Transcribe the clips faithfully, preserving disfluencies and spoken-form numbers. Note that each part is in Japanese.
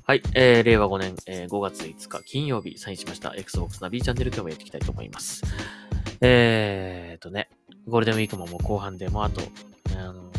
はい、えー、令和ごねん、えー、ごがついつか金曜日サインしました Xbox ナビチャンネル今日もやっていきたいと思います。えーとね、ゴールデンウィークももう後半でもうあと、あの、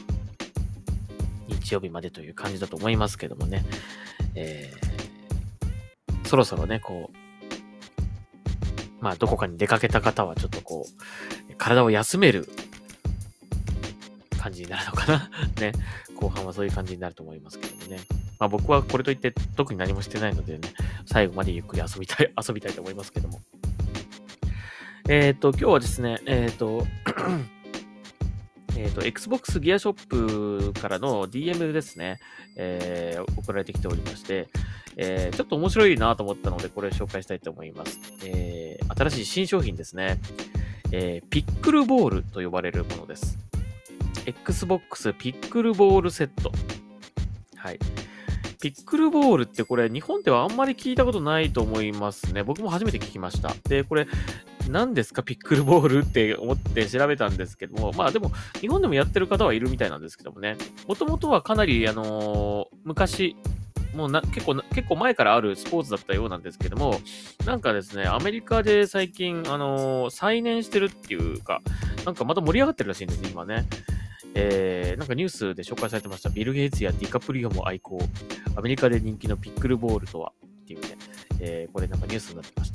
日曜日までという感じだと思いますけどもね、えー、そろそろね、こう、まあどこかに出かけた方はちょっとこう、体を休める感じになるのかなね、後半はそういう感じになると思いますけどもね。まあ僕はこれといって特に何もしてないのでね、最後までゆっくり遊びたい、遊びたいと思いますけども。えっと、今日はですね、えっと、えっと、Xbox ギアショップからの ディーエム ですね、えー、送られてきておりまして、えー、ちょっと面白いなと思ったので、これを紹介したいと思います。えー、新しい新商品ですね。えー、ピックルボールと呼ばれるものです。Xbox ピックルボールセット。はい。ピックルボールってこれ日本ではあんまり聞いたことないと思いますね。僕も初めて聞きました。で、これ何ですかピックルボールって思って調べたんですけども、まあでも日本でもやってる方はいるみたいなんですけどもね。もともとはかなりあのー昔、もうな結構結構前からあるスポーツだったようなんですけども、なんかですね、アメリカで最近、あのー再燃してるっていうか、なんかまた盛り上がってるらしいんです、今ね。えー、なんかニュースで紹介されてました。ビル・ゲイツやディカプリオも愛好。アメリカで人気のピックルボールとはっていうね、えー、これなんかニュースになってました。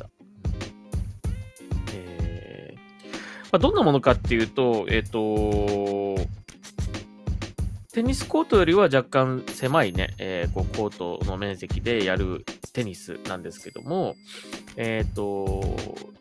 えーまあ、どんなものかっていうと、えっ、ー、と、テニスコートよりは若干狭いね、えー、こうコートの面積でやるテニスなんですけども、えっ、ー、と、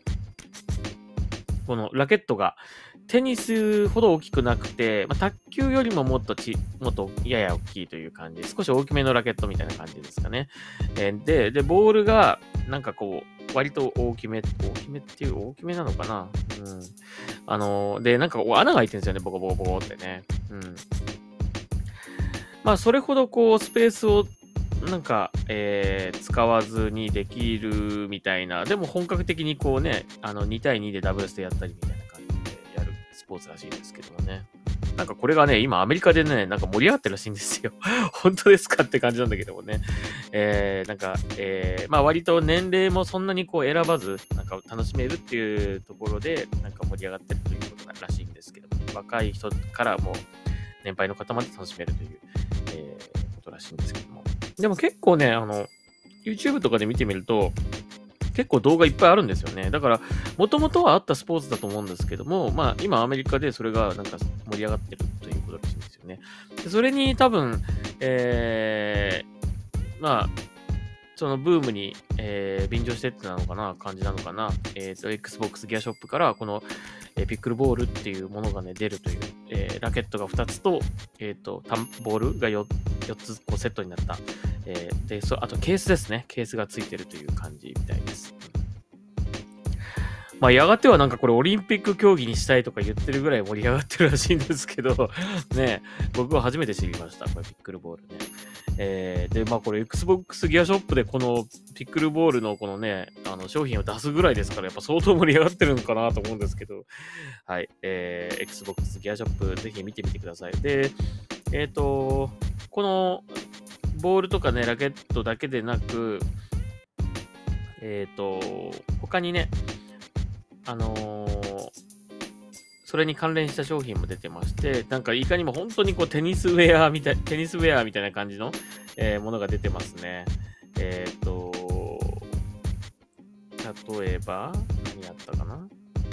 このラケットがテニスほど大きくなくて、まあ、卓球よりももっとち、もっとやや大きいという感じ。少し大きめのラケットみたいな感じですかね。えーで、で、ボールが、なんかこう、割と大きめ、大きめっていう大きめなのかな。うん。あのーで、なんかこう穴が開いてるんですよね、ボコボコボコってね。うん。まあ、それほどこう、スペースをなんか、えー使わずにできるみたいな、でも本格的にこうね、あのに対にでダブルスでやったりみたいな感じでやるスポーツらしいですけどもね。なんかこれがね、今アメリカでね、なんか盛り上がってるらしいんですよ。本当ですかって感じなんだけどもね。えー、なんか、えー、まあ割と年齢もそんなにこう選ばず、なんか楽しめるっていうところで、なんか盛り上がってるということらしいんですけども、若い人からもう年配の方まで楽しめるという、えーことらしいんですけども。でも結構ね、あの、YouTube とかで見てみると、結構動画いっぱいあるんですよね。だから、もともとはあったスポーツだと思うんですけども、まあ、今アメリカでそれがなんか盛り上がってるということらしいんですよね。でそれに多分、えー、まあ、そのブームに、えー便乗してってなのかな、感じなのかな。えっ、と、Xbox ギアショップからこの、えーピックルボールっていうものがね、出るという、えーラケットがふたつと、えっ、と、タンボールが よ, よっつこうセットになった。えーで、そあとケースですね。ケースがついてるという感じみたいです。まあ、やがてはなんかこれオリンピック競技にしたいとか言ってるぐらい盛り上がってるらしいんですけど、ね、僕は初めて知りました。これピックルボールね。えー、で、まあこれ Xbox ギアショップでこのピックルボールのこのね、あの商品を出すぐらいですから、やっぱ相当盛り上がってるのかなと思うんですけど、はい、えー、Xbox ギアショップぜひ見てみてください。で、えっ、ー、と、このボールとかね、ラケットだけでなく、えっ、ー、と、他にね、あのーそれに関連した商品も出てまして、なんかいかにも本当にこうテニスウェアみたい、テニスウェアみたいな感じの、えーものが出てますね。えっ、と、例えば、何やったかな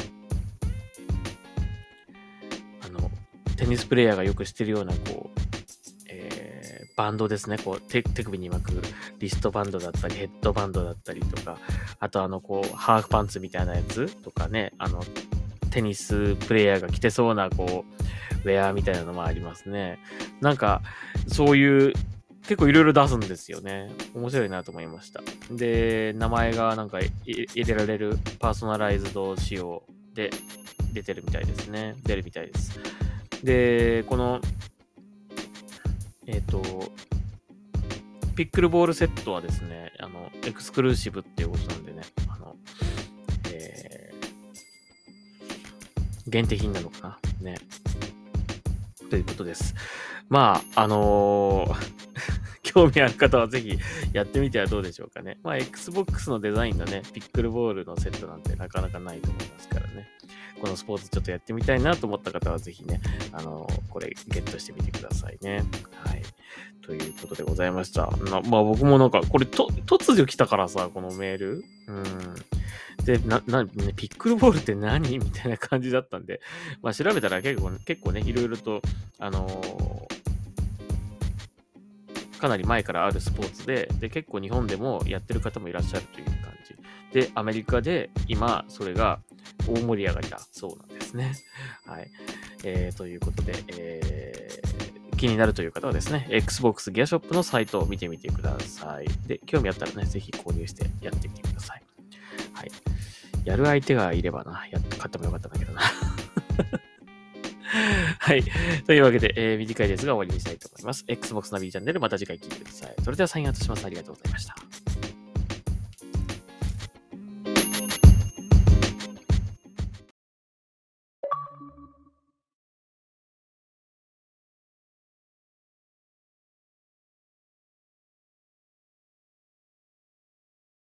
あの、テニスプレイヤーがよくしてるような、こう、えーバンドですね。こう手、手首に巻くリストバンドだったり、ヘッドバンドだったりとか、あとあの、こう、ハーフパンツみたいなやつとかね、あの、テニスプレイヤーが着てそうな、こう、ウェアみたいなのもありますね。なんか、そういう、結構いろいろ出すんですよね。面白いなと思いました。で、名前がなんか入れられるパーソナライズド仕様で出てるみたいですね。出るみたいです。で、この、えっ、と、ピックルボールセットはですね、あの、エクスクルーシブっていうことなんでね、あの、えー、限定品なのかなね。ということです。まあ、あのー興味ある方はぜひやってみてはどうでしょうかね。まあ、Xbox のデザインのね、ピックルボールのセットなんてなかなかないと思いますからね。このスポーツちょっとやってみたいなと思った方はぜひね、あの、これゲットしてみてくださいね。はい。ということでございました。なまあ僕もなんか、これと突如来たからさ、このメール。うん。で、な、な、ね、ピックルボールって何みたいな感じだったんで、まあ調べたら結構、結構ね、いろいろと、あのーかなり前からあるスポーツで、で、結構日本でもやってる方もいらっしゃるという感じ。で、アメリカで今、それが大盛り上がりだそうなんですね。はい。えー、ということで、えー、気になるという方はですね、Xbox ギアショップのサイトを見てみてください。で、興味あったらね、ぜひ購入してやってみてください。はい。やる相手がいればな、やって買ってもよかったんだけどな。はい。というわけで、えー、短いですが終わりにしたいと思います。Xbox ナビチャンネルまた次回聞いてください。それではサインアウトします。ありがとうございました。